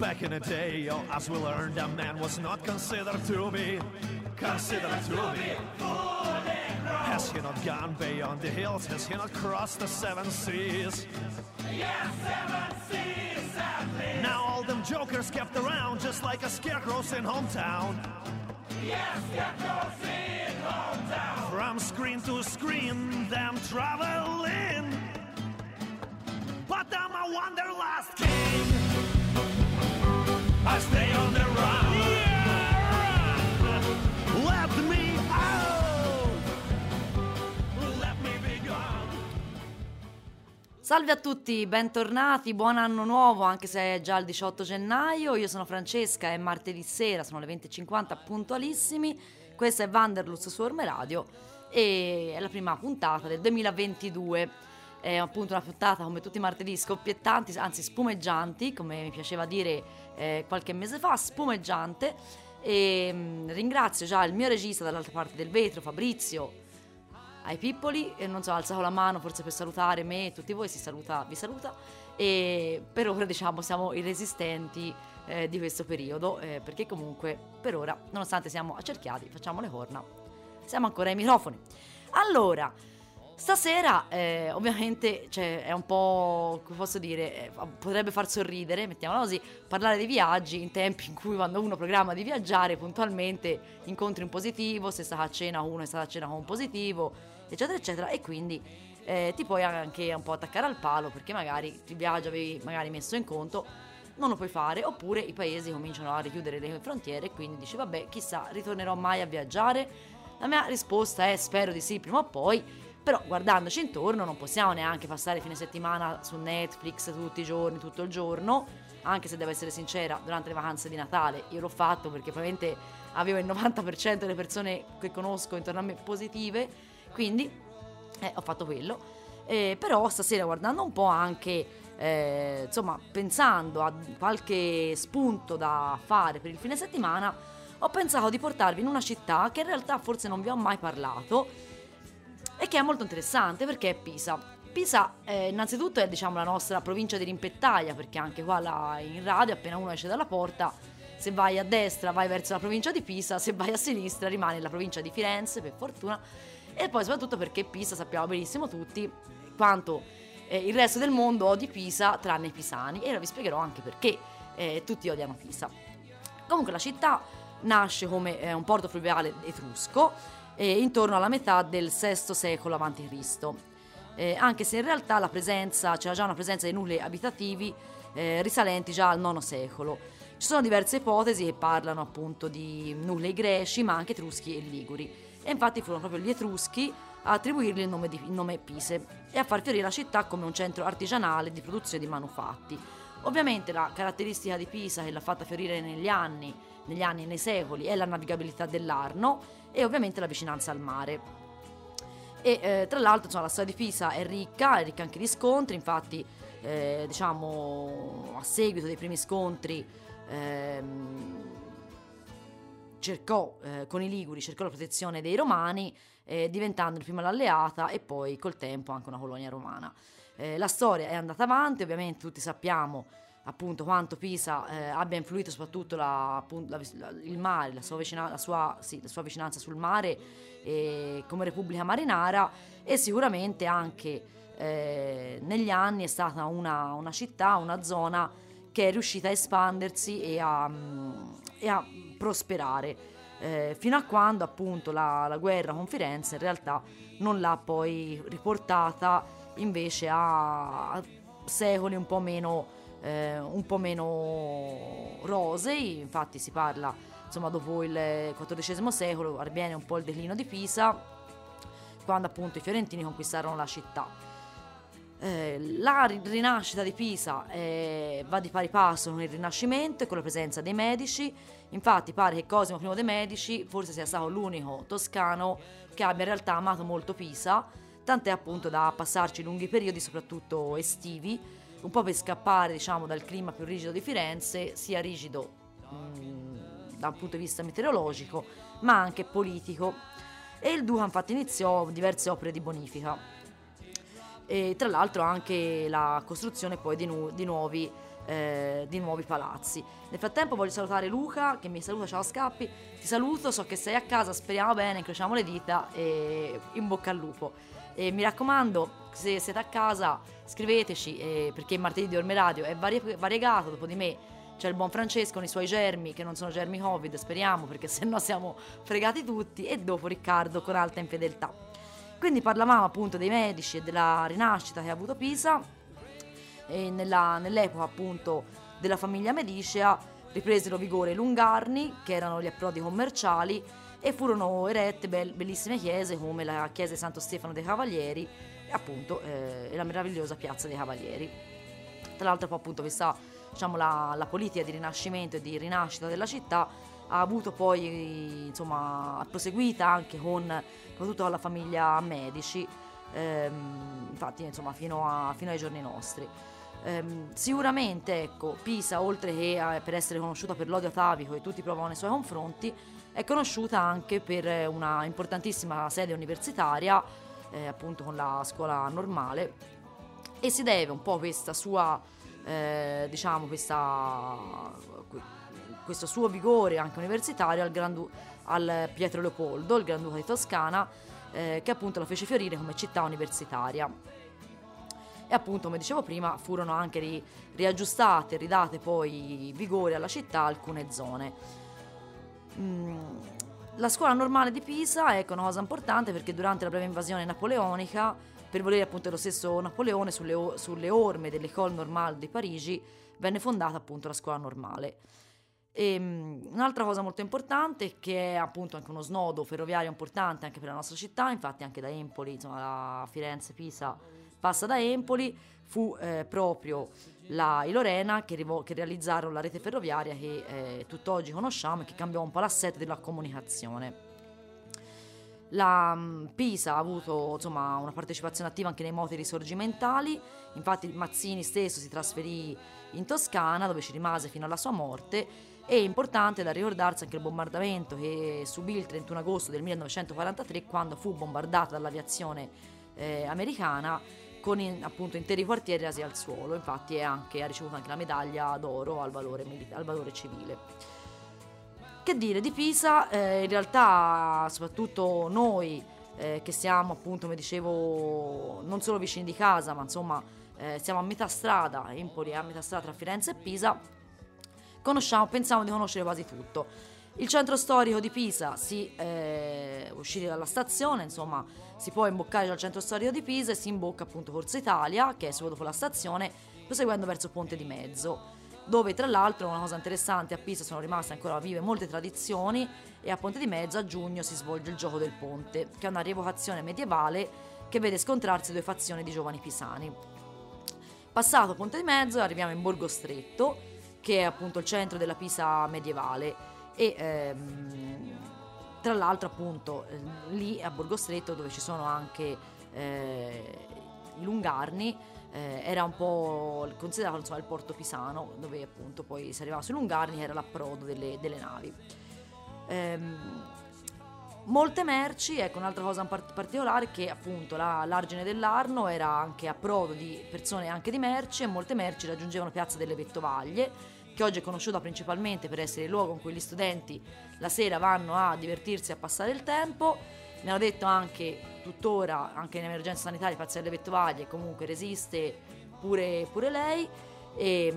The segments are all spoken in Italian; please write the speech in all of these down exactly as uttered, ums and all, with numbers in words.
Back in the day, oh, as we learned, a man was not considered to be considered to be. Has he not gone beyond the hills? Has he not crossed the seven seas? Yes, seven seas at least. Now all them jokers kept around just like a scarecrows in hometown. Yes, scarecrows in hometown. From screen to screen, them traveling. But I'm a wanderlust king. I stay on the run. Yeah, run. Let me out. Let me be gone. Salve a tutti, bentornati, buon anno nuovo, anche se è già il diciotto gennaio. Io sono Francesca, è martedì sera, sono le venti e cinquanta, puntualissimi. Questa è Wanderlust su Orme Radio e è la prima puntata del duemilaventidue. È appunto una puntata come tutti i martedì scoppiettanti, anzi spumeggianti, come mi piaceva dire eh, qualche mese fa, spumeggiante. E mh, ringrazio già il mio regista dall'altra parte del vetro, Fabrizio, ai pippoli, e non so, ha alzato la mano forse per salutare me e tutti voi, si saluta, vi saluta. E per ora diciamo siamo i resistenti eh, di questo periodo, eh, perché comunque per ora, nonostante siamo accerchiati, facciamo le corna, siamo ancora ai microfoni. Allora, stasera eh, ovviamente cioè, è un po', come posso dire, eh, potrebbe far sorridere, mettiamola così, parlare di viaggi in tempi in cui quando uno programma di viaggiare puntualmente incontri un positivo, se è stata a cena uno è stato a cena con un positivo, eccetera eccetera, e quindi eh, ti puoi anche un po' attaccare al palo perché magari il viaggio avevi magari messo in conto, non lo puoi fare, oppure i paesi cominciano a richiudere le frontiere e quindi dici vabbè, chissà, ritornerò mai a viaggiare? La mia risposta è spero di sì prima o poi. Però guardandoci intorno non possiamo neanche passare fine settimana su Netflix tutti i giorni, tutto il giorno, anche se devo essere sincera, durante le vacanze di Natale io l'ho fatto perché probabilmente avevo il novanta per cento delle persone che conosco intorno a me positive, quindi eh, ho fatto quello. Eh, però stasera guardando un po' anche, eh, insomma, pensando a qualche spunto da fare per il fine settimana, ho pensato di portarvi in una città che in realtà forse non vi ho mai parlato, e che è molto interessante perché è Pisa. Pisa eh, innanzitutto è diciamo la nostra provincia di rimpettaia, perché anche qua la, in radio appena uno esce dalla porta, se vai a destra vai verso la provincia di Pisa, se vai a sinistra rimane la provincia di Firenze, per fortuna. E poi soprattutto perché Pisa sappiamo benissimo tutti quanto eh, il resto del mondo odi Pisa tranne i pisani, e ora vi spiegherò anche perché eh, tutti odiano Pisa. Comunque la città nasce come eh, un porto fluviale etrusco eh, intorno alla metà del sesto secolo avanti Cristo, eh, anche se in realtà la presenza c'era già una presenza di nuclei abitativi eh, risalenti già al nono secolo. Ci sono diverse ipotesi che parlano appunto di nuclei greci ma anche etruschi e liguri, e infatti furono proprio gli etruschi a attribuirgli il nome, di, il nome Pise e a far fiorire la città come un centro artigianale di produzione di manufatti. Ovviamente la caratteristica di Pisa che l'ha fatta fiorire negli anni, negli anni e nei secoli è la navigabilità dell'Arno e ovviamente la vicinanza al mare. E eh, tra l'altro insomma, la storia di Pisa è ricca, è ricca anche di scontri, infatti eh, diciamo a seguito dei primi scontri ehm, cercò eh, con i Liguri, cercò la protezione dei Romani, eh, diventando prima l'alleata e poi col tempo anche una colonia romana. Eh, la storia è andata avanti, ovviamente tutti sappiamo appunto quanto Pisa eh, abbia influito soprattutto la, appunto, la, la, il mare, la sua, vicina, la, sua, sì, la sua vicinanza sul mare eh, come repubblica marinara, e sicuramente anche eh, negli anni è stata una, una città, una zona che è riuscita a espandersi e a, e a prosperare eh, fino a quando appunto la, la guerra con Firenze in realtà non l'ha poi riportata invece a, a secoli un po' meno Eh, un po' meno rosei. Infatti si parla, insomma, dopo il quattordicesimo secolo avviene un po' il declino di Pisa, quando appunto i fiorentini conquistarono la città. Eh, la rinascita di Pisa eh, va di pari passo con il Rinascimento e con la presenza dei Medici. Infatti pare che Cosimo primo dei Medici forse sia stato l'unico toscano che abbia in realtà amato molto Pisa, tant'è appunto da passarci lunghi periodi, soprattutto estivi, un po' per scappare diciamo dal clima più rigido di Firenze, sia rigido mh, da un punto di vista meteorologico ma anche politico, e il duca infatti iniziò diverse opere di bonifica e tra l'altro anche la costruzione poi di, nu- di nuovi eh, di nuovi palazzi. Nel frattempo voglio salutare Luca che mi saluta, ciao Scappi, ti saluto, so che sei a casa, speriamo bene, incrociamo le dita e in bocca al lupo. E mi raccomando, se siete a casa scriveteci, eh, perché martedì di Orme Radio è varie- variegato, dopo di me c'è il buon Francesco con i suoi germi, che non sono germi Covid, speriamo, perché sennò siamo fregati tutti, e dopo Riccardo con Alta Infedeltà. Quindi parlavamo appunto dei medici e della rinascita che ha avuto Pisa, e nella, nell'epoca appunto della famiglia medicea ripresero vigore i Lungarni, che erano gli approdi commerciali, e furono erette be- bellissime chiese come la chiesa di Santo Stefano dei Cavalieri e appunto eh, la meravigliosa piazza dei Cavalieri. Tra l'altro poi appunto questa, diciamo, la, la politica di rinascimento e di rinascita della città ha avuto poi, insomma, proseguita anche con, soprattutto con la famiglia Medici, ehm, infatti insomma fino, a, fino ai giorni nostri. Ehm, sicuramente ecco, Pisa, oltre che eh, per essere conosciuta per l'odio atavico che tutti provano nei suoi confronti, è conosciuta anche per una importantissima sede universitaria, eh, appunto con la scuola normale, e si deve un po' questa sua, eh, diciamo, questa, questo suo vigore anche universitario al, Grandu- al Pietro Leopoldo, il Granduca di Toscana, eh, che appunto la fece fiorire come città universitaria. E appunto, come dicevo prima, furono anche ri- riaggiustate, ridate poi vigore alla città alcune zone. Mm, la scuola normale di Pisa è una cosa importante perché durante la breve invasione napoleonica, per volere appunto dello stesso Napoleone, sulle, o- sulle orme dell'École Normale di Parigi venne fondata appunto la scuola normale. E, um, un'altra cosa molto importante, che è appunto anche uno snodo ferroviario importante anche per la nostra città, infatti anche da Empoli, insomma la Firenze-Pisa passa da Empoli, fu eh, proprio la, i Lorena che, rivo- che realizzarono la rete ferroviaria che eh, tutt'oggi conosciamo e che cambiò un po' l'assetto della comunicazione. La um, Pisa ha avuto insomma una partecipazione attiva anche nei moti risorgimentali, infatti Mazzini stesso si trasferì in Toscana dove ci rimase fino alla sua morte. È importante da ricordarsi anche il bombardamento che subì il trentuno agosto del millenovecentoquarantatré, quando fu bombardata dall'aviazione eh, americana, con in, appunto interi quartieri rasi al suolo. Infatti è anche, ha ricevuto anche la medaglia d'oro al valore, milita- al valore civile. Che dire di Pisa? Eh, in realtà soprattutto noi eh, che siamo appunto, come dicevo, non solo vicini di casa, ma insomma eh, siamo a metà strada, Empoli è a metà strada tra Firenze e Pisa, conosciamo, pensiamo di conoscere quasi tutto. Il centro storico di Pisa, si eh, uscire dalla stazione, insomma, si può imboccare dal centro storico di Pisa e si imbocca appunto Forza Italia, che è subito dopo la stazione, proseguendo verso Ponte di Mezzo, dove tra l'altro una cosa interessante, a Pisa sono rimaste ancora vive molte tradizioni e a Ponte di Mezzo a giugno si svolge il gioco del ponte, che è una rievocazione medievale che vede scontrarsi due fazioni di giovani pisani. Passato Ponte di Mezzo arriviamo in Borgo Stretto, che è appunto il centro della Pisa medievale, e ehm, tra l'altro appunto eh, lì a Borgo Stretto, dove ci sono anche eh, i Lungarni, eh, era un po' considerato insomma il porto pisano, dove appunto poi si arrivava sui Lungarni, che era l'approdo delle, delle navi. Ehm, molte merci, ecco un'altra cosa part- particolare, che appunto la, l'argine dell'Arno era anche approdo di persone anche di merci, e molte merci raggiungevano Piazza delle Vettovaglie, che oggi è conosciuta principalmente per essere il luogo in cui gli studenti la sera vanno a divertirsi e a passare il tempo. Mi hanno detto anche tuttora, anche in emergenza sanitaria, Piazza delle Vettovaglie comunque resiste pure, pure lei, e,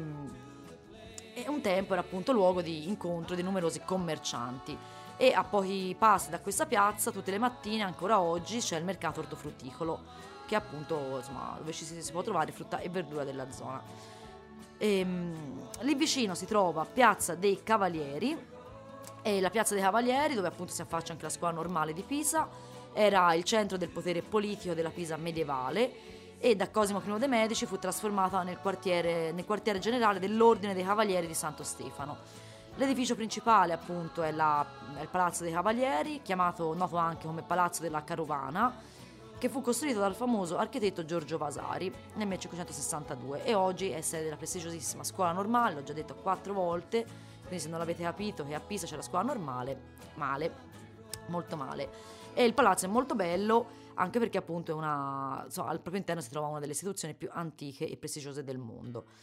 e un tempo era appunto luogo di incontro di numerosi commercianti. E a pochi passi da questa piazza tutte le mattine ancora oggi c'è il mercato ortofrutticolo, che è appunto insomma dove ci si, si può trovare frutta e verdura della zona. E, lì vicino si trova Piazza dei Cavalieri, e la Piazza dei Cavalieri, dove appunto si affaccia anche la scuola normale di Pisa, era il centro del potere politico della Pisa medievale, e da Cosimo I de' Medici fu trasformata nel quartiere, nel quartiere generale dell'Ordine dei Cavalieri di Santo Stefano. L'edificio principale appunto è, la, è il Palazzo dei Cavalieri, chiamato noto anche come Palazzo della Carovana, che fu costruito dal famoso architetto Giorgio Vasari nel millecinquecentosessantadue, e oggi è sede della prestigiosissima scuola normale, l'ho già detto quattro volte, quindi se non l'avete capito che a Pisa c'è la scuola normale, male, molto male. E il palazzo è molto bello anche perché appunto è una, insomma, al proprio interno si trova una delle istituzioni più antiche e prestigiose del mondo.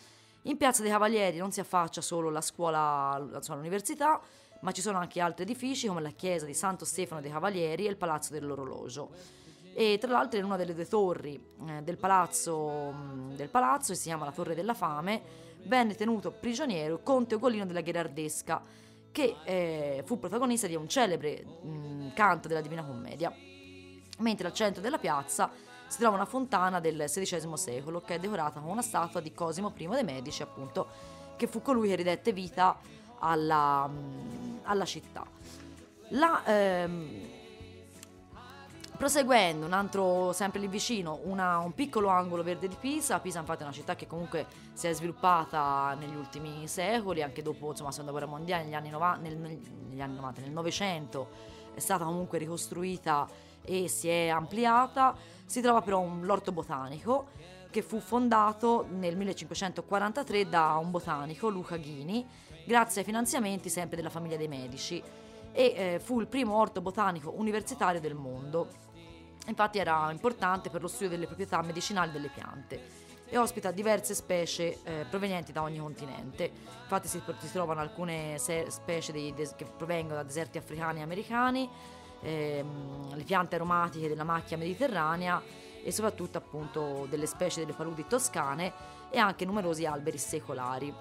In Piazza dei Cavalieri non si affaccia solo la scuola, insomma, l'università, ma ci sono anche altri edifici come la chiesa di Santo Stefano dei Cavalieri e il Palazzo dell'Orologio. E tra l'altro in una delle due torri eh, del, palazzo, del palazzo, che si chiama la Torre della Fame, venne tenuto prigioniero Conte Ugolino della Gherardesca, che eh, fu protagonista di un celebre mh, canto della Divina Commedia. Mentre al centro della piazza si trova una fontana del sedicesimo secolo che è decorata con una statua di Cosimo primo dei Medici, appunto, che fu colui che ridette vita alla, alla città. La, ehm, proseguendo, un altro, sempre lì vicino, una, un piccolo angolo verde di Pisa. Pisa infatti è una città che comunque si è sviluppata negli ultimi secoli, anche dopo, insomma, la seconda guerra mondiale, negli anni novanta, nel, negli anni novanta, nel Novecento è stata comunque ricostruita e si è ampliata. Si trova però un l'orto botanico che fu fondato nel millecinquecentoquarantatré da un botanico, Luca Ghini, grazie ai finanziamenti sempre della famiglia dei Medici, e eh, fu il primo orto botanico universitario del mondo. Infatti era importante per lo studio delle proprietà medicinali delle piante e ospita diverse specie eh, provenienti da ogni continente. Infatti si, si trovano alcune se- specie dei, des- che provengono da deserti africani e americani, ehm, le piante aromatiche della macchia mediterranea e soprattutto appunto delle specie delle paludi toscane e anche numerosi alberi secolari.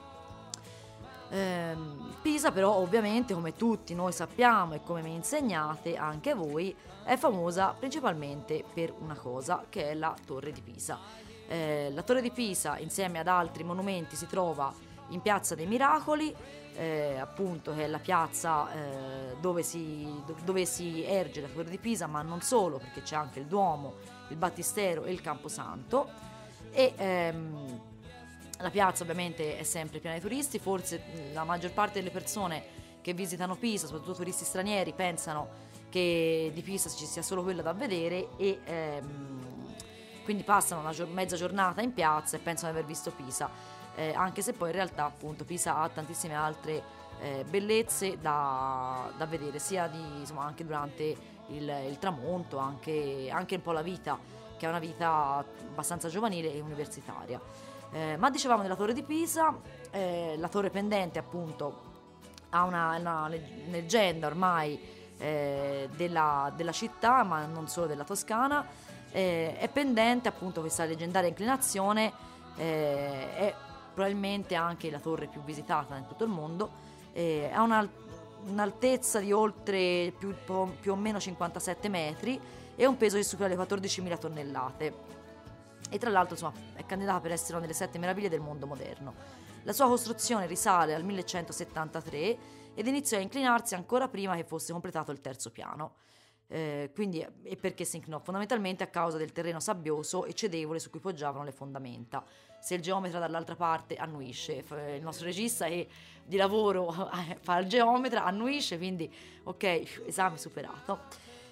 Ehm, Pisa però ovviamente, come tutti noi sappiamo e come mi insegnate anche voi, è famosa principalmente per una cosa, che è la Torre di Pisa. Eh, la Torre di Pisa insieme ad altri monumenti si trova in Piazza dei Miracoli, eh, appunto, che è la piazza eh, dove, si, dove si erge la Torre di Pisa, ma non solo, perché c'è anche il Duomo, il Battistero e il Camposanto. E ehm, la piazza ovviamente è sempre piena di turisti. Forse la maggior parte delle persone che visitano Pisa, soprattutto turisti stranieri, pensano che di Pisa ci sia solo quella da vedere e ehm, quindi passano una gior- mezza giornata in piazza e pensano di aver visto Pisa, eh, anche se poi in realtà appunto Pisa ha tantissime altre eh, bellezze da, da vedere, sia di, insomma, anche durante il, il tramonto, anche, anche un po' la vita, che è una vita abbastanza giovanile e universitaria. Eh, ma dicevamo della Torre di Pisa, eh, la torre pendente appunto ha una, una leggenda ormai eh, della, della città, ma non solo della Toscana. Eh, è pendente appunto questa leggendaria inclinazione, eh, è probabilmente anche la torre più visitata in tutto il mondo, eh, ha una, un'altezza di oltre più, più o meno cinquantasette metri e un peso che supera le quattordicimila tonnellate. E tra l'altro, insomma, è candidata per essere una delle sette meraviglie del mondo moderno. La sua costruzione risale al millecentosettantatré ed iniziò a inclinarsi ancora prima che fosse completato il terzo piano. Eh, quindi, e perché si inclinò? Fondamentalmente a causa del terreno sabbioso e cedevole su cui poggiavano le fondamenta. Se il geometra dall'altra parte annuisce, il nostro regista che di lavoro fa il geometra annuisce, quindi ok, esame superato.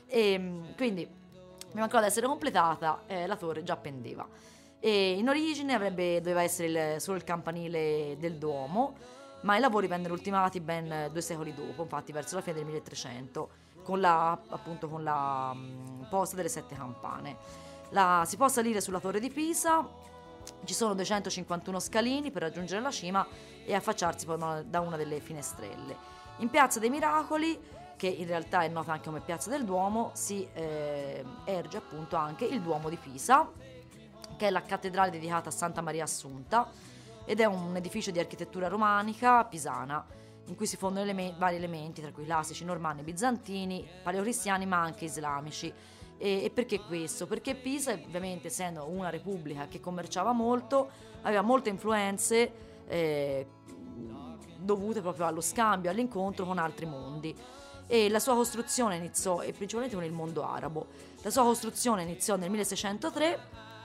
E quindi prima ancora di essere completata, eh, la torre già pendeva. E in origine avrebbe, doveva essere il, solo il campanile del Duomo, ma i lavori vennero ultimati ben due secoli dopo, infatti verso la fine del milletrecento, con la, appunto, con la mh, posta delle sette campane. La, si può salire sulla Torre di Pisa, ci sono duecentocinquantuno scalini per raggiungere la cima e affacciarsi poi da una delle finestrelle. In Piazza dei Miracoli, che in realtà è nota anche come Piazza del Duomo, si eh, erge appunto anche il Duomo di Pisa, che è la cattedrale dedicata a Santa Maria Assunta ed è un edificio di architettura romanica pisana in cui si fondono eleme- vari elementi, tra cui classici, normanni, bizantini, paleocristiani ma anche islamici. E, e perché questo? Perché Pisa, ovviamente essendo una repubblica che commerciava molto, aveva molte influenze eh, dovute proprio allo scambio, all'incontro con altri mondi. E la sua costruzione iniziò, e principalmente con il mondo arabo, la sua costruzione iniziò nel milleseicentotre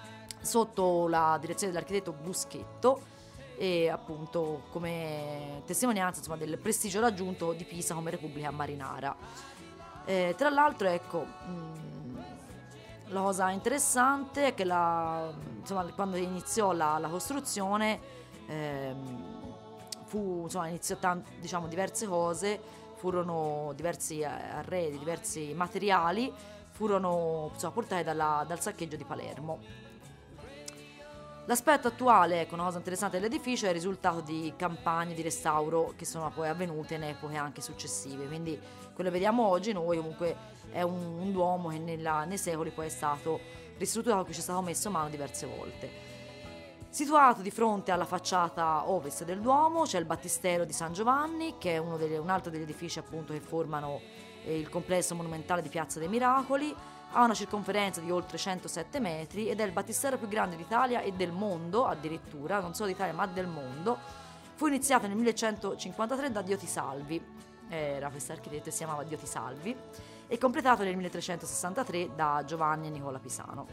sotto la direzione dell'architetto Buschetto e appunto come testimonianza, insomma, del prestigio raggiunto di Pisa come repubblica marinara. Eh, tra l'altro, ecco, mh, la cosa interessante è che la, insomma, quando iniziò la, la costruzione ehm, fu, insomma, iniziò tant- diciamo diverse cose. Furono diversi arredi, diversi materiali furono, insomma, portati dalla, dal saccheggio di Palermo. L'aspetto attuale, ecco, una cosa interessante dell'edificio, è il risultato di campagne di restauro che sono poi avvenute in epoche anche successive, quindi quello che vediamo oggi noi comunque è un, un duomo che nella, nei secoli poi è stato ristrutturato, che ci è stato messo mano diverse volte. Situato di fronte alla facciata ovest del Duomo c'è il battistero di San Giovanni, che è uno delle, un altro degli edifici appunto che formano eh, il complesso monumentale di Piazza dei Miracoli. Ha una circonferenza di oltre centosette metri ed è il battistero più grande d'Italia e del mondo, addirittura, non solo d'Italia ma del mondo. Fu iniziato nel millecentocinquantatré da Dio ti salvi, era questo architetto e si chiamava Dio ti salvi, e completato nel milletrecentosessantatré da Giovanni e Nicola Pisano.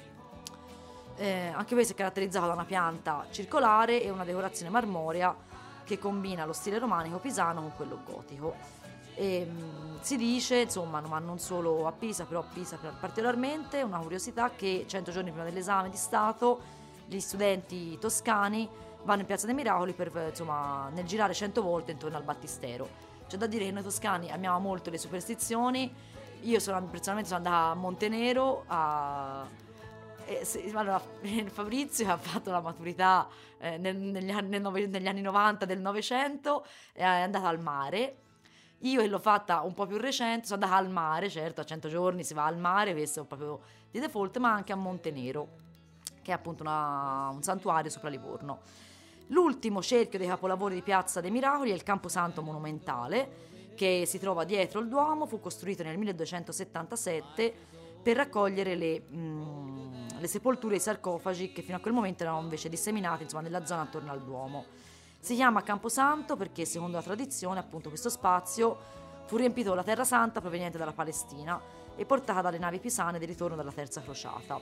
Eh, anche questo è caratterizzato da una pianta circolare e una decorazione marmorea che combina lo stile romanico pisano con quello gotico. E, mh, si dice, insomma, ma non solo a Pisa, però a Pisa particolarmente, una curiosità, che cento giorni prima dell'esame di Stato gli studenti toscani vanno in Piazza dei Miracoli per, insomma, nel girare cento volte intorno al battistero. C'è da dire che noi toscani amiamo molto le superstizioni. Io sono, personalmente sono andata a Montenero a... Eh, se, allora, Fabrizio ha fatto la maturità eh, nel, negli, anni, nel nove, negli anni novanta del Novecento, è andata al mare. Io che l'ho fatta un po' più recente, sono andata al mare, certo, a cento giorni si va al mare, questo è proprio di default, ma anche a Montenero, che è appunto una, un santuario sopra Livorno. L'ultimo cerchio dei capolavori di Piazza dei Miracoli è il Camposanto monumentale, che si trova dietro il Duomo, fu costruito nel milleduecentosettantasette per raccogliere le, mh, le sepolture e i sarcofagi che fino a quel momento erano invece disseminati, insomma, nella zona attorno al Duomo. Si chiama Camposanto perché, secondo la tradizione, appunto questo spazio fu riempito con la terra santa proveniente dalla Palestina e portata dalle navi pisane di ritorno dalla terza crociata.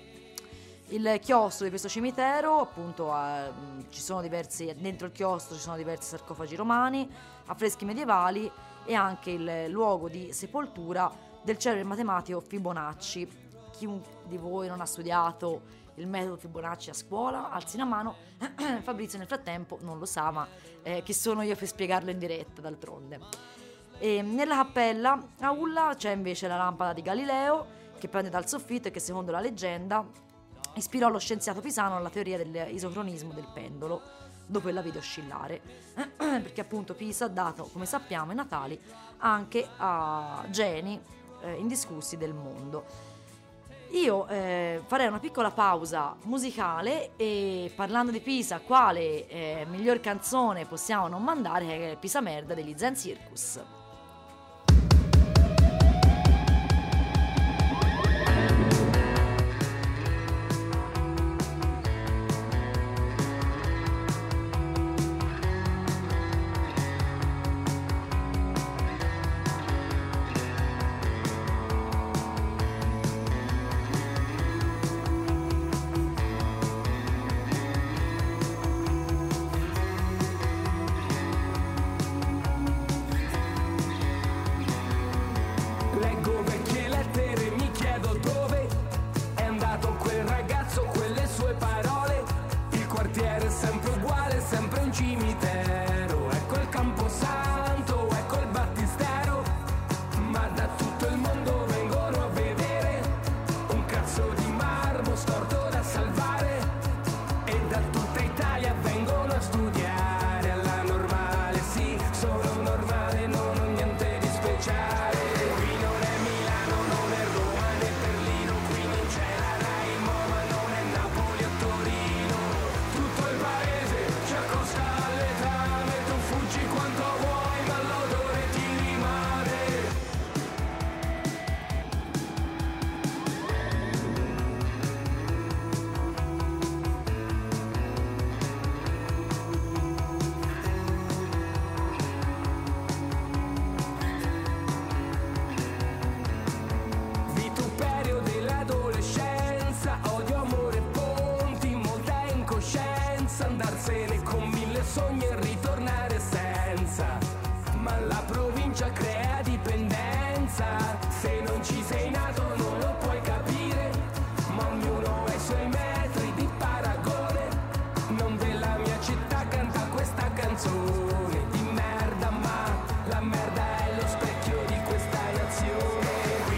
Il chiostro di questo cimitero, appunto, eh, ci sono diversi, dentro il chiostro ci sono diversi sarcofagi romani, affreschi medievali e anche il luogo di sepoltura del celebre matematico Fibonacci. Chiunque di voi non ha studiato il metodo Fibonacci a scuola, alzi la mano. Fabrizio nel frattempo non lo sa, ma eh, chi sono io per spiegarlo in diretta, d'altronde. E nella cappella Aulla c'è invece la lampada di Galileo, che prende dal soffitto e che, secondo la leggenda, ispirò lo scienziato pisano alla teoria dell'isocronismo del pendolo, dopo la vide oscillare, perché appunto Pisa ha dato, come sappiamo, i natali anche a geni eh, indiscussi del mondo. Io eh, farei una piccola pausa musicale e, parlando di Pisa, quale eh, miglior canzone possiamo non mandare che Pisa Merda degli Zen Circus.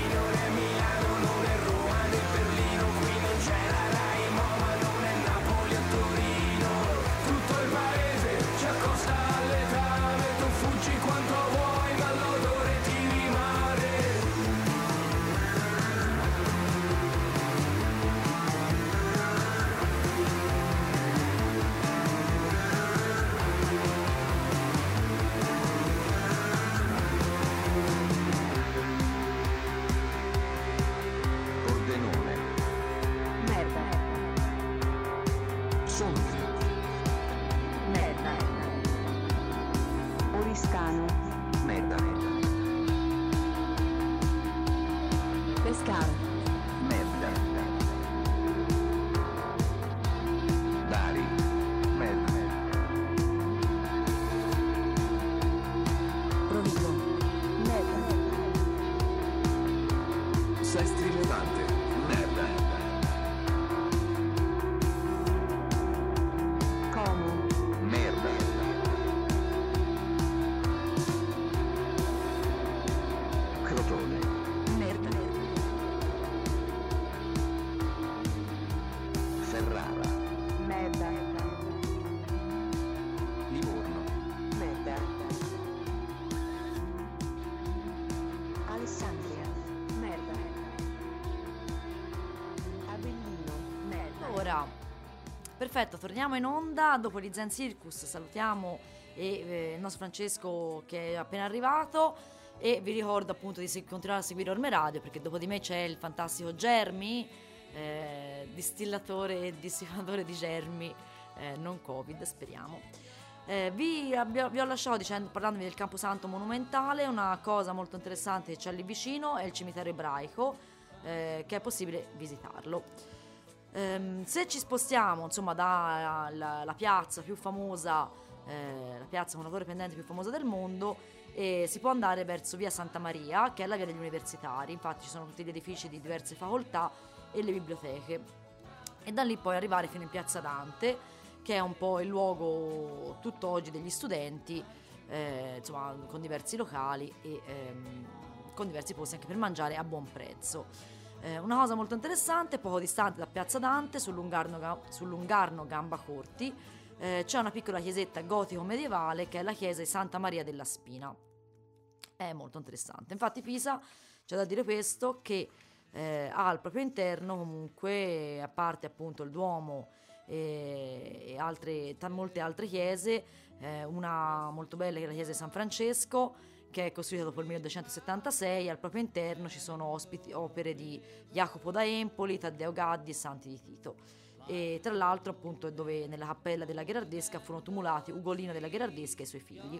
Milano, non è Roma né Berlino, qui non c'è la Rai, ma non è Napoli Pescare. Merda. Bari. Merda. Rovigo. Merda. Sestri Levante. Merda. Como. Merda. Crotone. Merda. Ferrara. Merda. Livorno. Merda. Alessandria. Merda. Avellino. Merda. Ora, perfetto, torniamo in onda dopo gli Zen Circus. Salutiamo e, eh, il nostro Francesco che è appena arrivato, e vi ricordo appunto di se- continuare a seguire Orme Radio, perché dopo di me c'è il fantastico Germi, eh, distillatore e dissifatore di germi, eh, non Covid, speriamo. Eh, vi, abbia- vi ho lasciato dicendo, parlandovi del Camposanto monumentale. Una cosa molto interessante che c'è lì vicino è il cimitero ebraico, eh, che è possibile visitarlo. Ehm, se ci spostiamo insomma dalla la piazza più famosa, eh, la piazza con la torre pendente più famosa del mondo, e si può andare verso via Santa Maria, che è la via degli universitari. Infatti ci sono tutti gli edifici di diverse facoltà e le biblioteche, e da lì poi arrivare fino in piazza Dante, che è un po' il luogo tutt'oggi degli studenti, eh, insomma con diversi locali e ehm, con diversi posti anche per mangiare a buon prezzo. Eh, una cosa molto interessante, poco distante da piazza Dante, sul Lungarno, Ga- sul Lungarno Gamba Corti, eh, c'è una piccola chiesetta gotico medievale che è la chiesa di Santa Maria della Spina. È molto interessante. Infatti Pisa, c'è da dire questo, che eh, ha al proprio interno comunque, a parte appunto il Duomo e, e altre, t- molte altre chiese, eh, una molto bella che è la chiesa di San Francesco, che è costruita dopo il milleduecentosettantasei. Al proprio interno ci sono ospiti, opere di Jacopo da Empoli, Taddeo Gaddi e Santi di Tito. E tra l'altro appunto è dove nella cappella della Gherardesca furono tumulati Ugolino della Gherardesca e i suoi figli.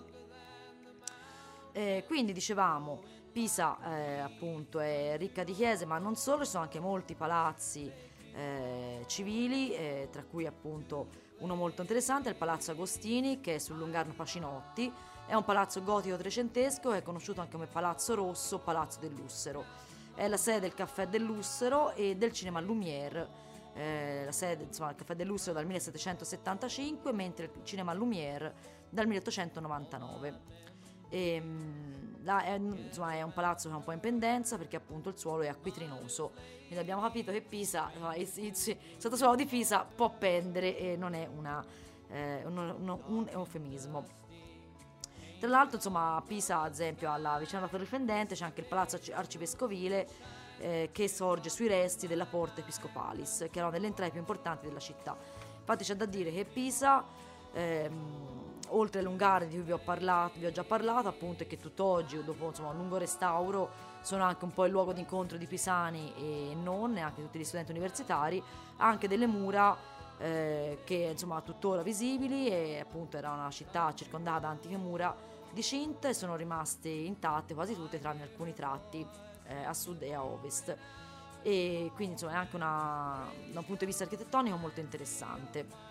Eh, quindi dicevamo, Pisa eh, appunto è ricca di chiese, ma non solo, ci sono anche molti palazzi eh, civili, eh, tra cui appunto uno molto interessante è il Palazzo Agostini, che è sul Lungarno Pacinotti. È un palazzo gotico trecentesco, è conosciuto anche come Palazzo Rosso, Palazzo del Lussero. È la sede del Caffè del Lussero e del Cinema Lumière. Eh, la sede, insomma, il Caffè del Lussero dal millesettecentosettantacinque, mentre il Cinema Lumière dal milleottocentonovantanove. E, mh, là è, insomma, è un palazzo che è un po' in pendenza, perché appunto il suolo è acquitrinoso, quindi abbiamo capito che Pisa, insomma, il, il, il sottosuolo di Pisa può pendere e non è una, eh, un, un, un eufemismo. Tra l'altro, insomma, a Pisa, ad esempio, alla, vicino alla torre pendente c'è anche il palazzo arcivescovile, eh, che sorge sui resti della Porta Episcopalis, che era una delle entrate più importanti della città. Infatti c'è da dire che Pisa, ehm, oltre alle lungare di cui vi ho parlato, vi ho già parlato appunto, e che tutt'oggi, dopo insomma un lungo restauro, sono anche un po' il luogo d'incontro di pisani e non, e anche tutti gli studenti universitari, ha anche delle mura eh, che insomma tuttora visibili, e appunto era una città circondata da antiche mura di cinta, e sono rimaste intatte quasi tutte, tranne alcuni tratti eh, a sud e a ovest. E quindi insomma è anche una, da un punto di vista architettonico molto interessante.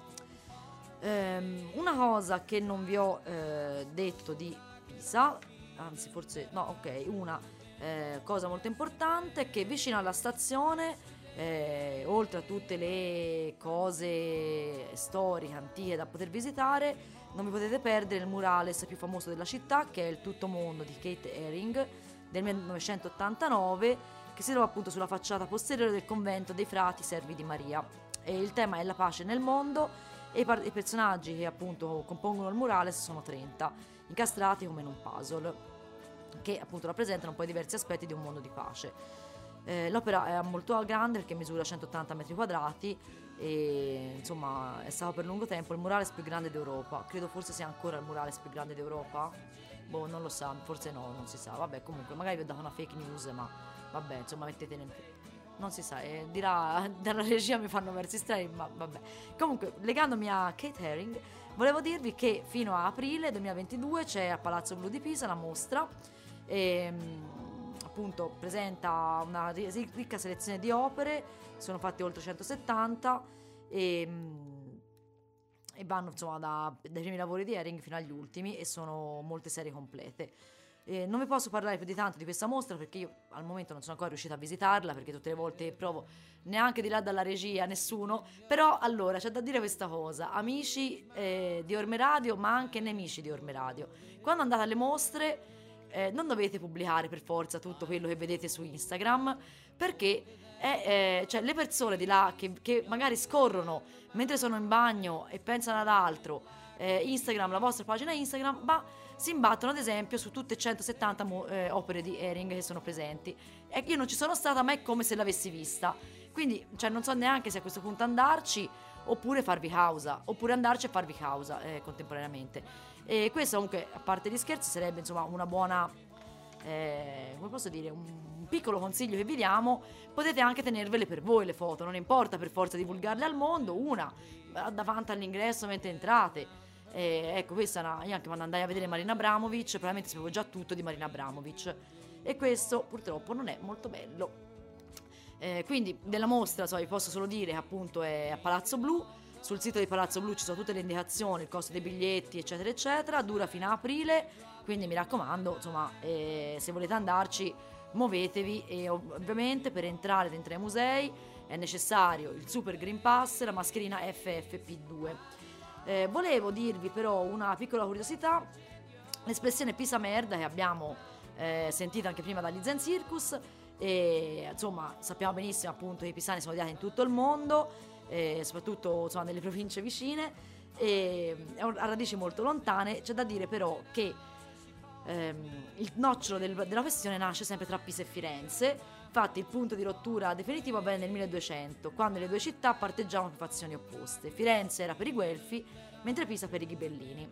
Um, una cosa che non vi ho eh, detto di Pisa, anzi forse no, ok, una eh, cosa molto importante è che vicino alla stazione, eh, oltre a tutte le cose storiche, antiche da poter visitare, non vi potete perdere il murales più famoso della città, che è il Tutto Mondo di Kate Haring del millenovecentottantanove, che si trova appunto sulla facciata posteriore del convento dei frati servi di Maria, e il tema è la pace nel mondo. E i, par- i personaggi che appunto compongono il murales sono trenta, incastrati come in un puzzle, che appunto rappresentano poi diversi aspetti di un mondo di pace. Eh, l'opera è molto grande perché misura centottanta metri quadrati e insomma è stato per lungo tempo il murales più grande d'Europa. Credo forse sia ancora il murales più grande d'Europa. Boh, non lo sa, forse no, non si sa. Vabbè, comunque magari vi ho dato una fake news, ma vabbè, insomma mettete nel... non si sa, eh, dirà dalla regia mi fanno versi strani, ma vabbè. Comunque, legandomi a Kate Haring, volevo dirvi che fino a aprile duemilaventidue c'è a Palazzo Blu di Pisa la mostra, e, appunto presenta una ricca selezione di opere, sono fatti oltre centosettanta e, e vanno insomma da, dai primi lavori di Hering fino agli ultimi, e sono molte serie complete. Eh, non vi posso parlare più di tanto di questa mostra perché io al momento non sono ancora riuscita a visitarla, perché tutte le volte provo, neanche di là dalla regia, nessuno. Però allora c'è da dire questa cosa, amici eh, di Orme Radio, ma anche nemici di Orme Radio, quando andate alle mostre eh, non dovete pubblicare per forza tutto quello che vedete su Instagram, perché è, eh, cioè, le persone di là che, che magari scorrono mentre sono in bagno e pensano ad altro, eh, Instagram, la vostra pagina Instagram, ma si imbattono ad esempio su tutte centosettanta mo- eh, opere di Hering che sono presenti, e io non ci sono stata, ma è come se l'avessi vista, quindi cioè, non so neanche se a questo punto andarci oppure farvi causa, oppure andarci e farvi causa eh, contemporaneamente. E questo comunque, a parte gli scherzi, sarebbe insomma una buona eh, come posso dire, un, un piccolo consiglio che vi diamo. Potete anche tenervele per voi le foto, non importa per forza divulgarle al mondo, una davanti all'ingresso mentre entrate. Eh, ecco, questa è una, io anche quando andai a vedere Marina Abramovic probabilmente sapevo già tutto di Marina Abramovic, e questo purtroppo non è molto bello. Eh, quindi della mostra so, vi posso solo dire che appunto è a Palazzo Blu. Sul sito di Palazzo Blu ci sono tutte le indicazioni, il costo dei biglietti eccetera eccetera, dura fino a aprile, quindi mi raccomando insomma eh, se volete andarci muovetevi, e ovviamente per entrare dentro ai musei è necessario il Super Green Pass, la mascherina F F P due. Eh, volevo dirvi però una piccola curiosità, l'espressione Pisa merda che abbiamo eh, sentito anche prima dagli Zen Circus, e insomma sappiamo benissimo appunto che i pisani sono odiati in tutto il mondo, eh, soprattutto insomma nelle province vicine, e ha radici molto lontane. C'è da dire però che ehm, il nocciolo del, della questione nasce sempre tra Pisa e Firenze. Infatti il punto di rottura definitivo avvenne nel milleduecento, quando le due città parteggiavano per fazioni opposte. Firenze era per i Guelfi, mentre Pisa per i Ghibellini.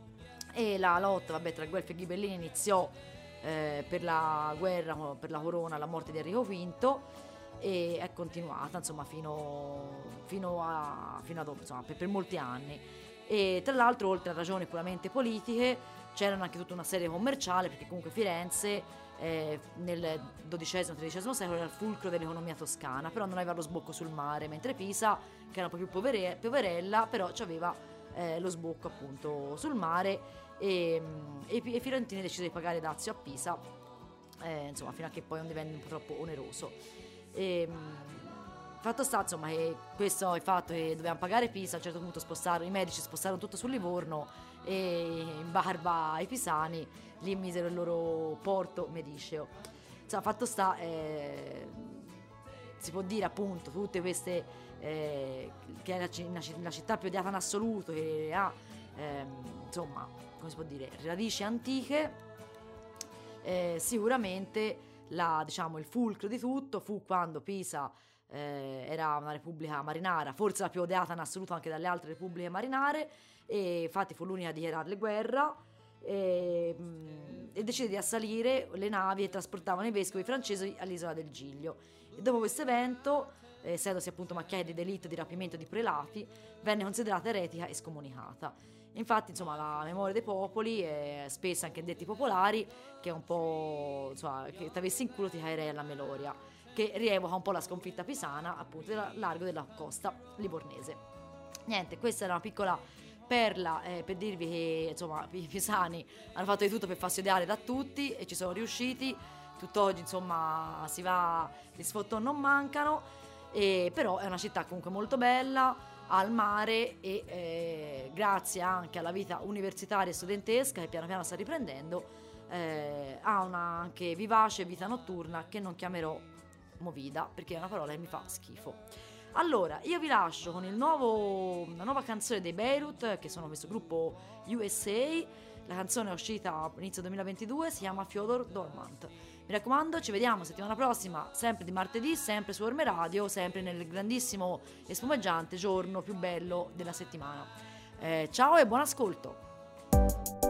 E la lotta vabbè, tra Guelfi e Ghibellini iniziò eh, per la guerra, per la corona, la morte di Enrico quinto, e è continuata insomma fino, fino a, fino ad, insomma, per, per molti anni. E tra l'altro, oltre a ragioni puramente politiche, c'erano anche tutta una serie commerciale, perché comunque Firenze Eh, nel dodicesimo tredicesimo secolo era il fulcro dell'economia toscana, però non aveva lo sbocco sul mare, mentre Pisa, che era un po' più povere- poverella, però aveva eh, lo sbocco appunto sul mare, e, e, e i fiorentini decisero di pagare dazio a Pisa, eh, insomma fino a che poi non divenne un po' troppo oneroso. E, fatto sta insomma che questo è il fatto che dovevamo pagare Pisa, a un certo punto spostarono, i medici spostarono tutto sul Livorno, e in barba ai pisani lì misero il loro porto mediceo. Insomma, fatto sta eh, si può dire appunto tutte queste eh, che è la, la città più odiata in assoluto, che ha ehm, insomma come si può dire radici antiche. Eh, sicuramente la, diciamo, il fulcro di tutto fu quando Pisa eh, era una repubblica marinara, forse la più odiata in assoluto anche dalle altre repubbliche marinare, e infatti fu l'unica a dichiararle guerra, e, e decise di assalire le navi che trasportavano i vescovi francesi all'isola del Giglio. E dopo questo evento, eh, essendosi appunto macchiata di delitto di rapimento di prelati, venne considerata eretica e scomunicata. Infatti insomma la memoria dei popoli è spesso anche detti popolari, che è un po' insomma che t'avessi in culo ti caerei alla meloria, che rievoca un po' la sconfitta pisana appunto del largo della costa livornese. Niente, questa era una piccola perla eh, per dirvi che insomma i pisani hanno fatto di tutto per farsi odiare da tutti e ci sono riusciti. Tutt'oggi insomma si va, gli sfottoni non mancano, e, però è una città comunque molto bella, al mare, e eh, grazie anche alla vita universitaria e studentesca che piano piano sta riprendendo, eh, ha una anche vivace vita notturna che non chiamerò movida perché è una parola che mi fa schifo. Allora, io vi lascio con il nuovo, la nuova canzone dei Beirut, che sono questo gruppo U S A. La canzone è uscita inizio duemilaventidue, si chiama Fyodor Dormant. Mi raccomando, ci vediamo settimana prossima, sempre di martedì, sempre su Orme Radio, sempre nel grandissimo e spumeggiante giorno più bello della settimana. Eh, ciao e buon ascolto!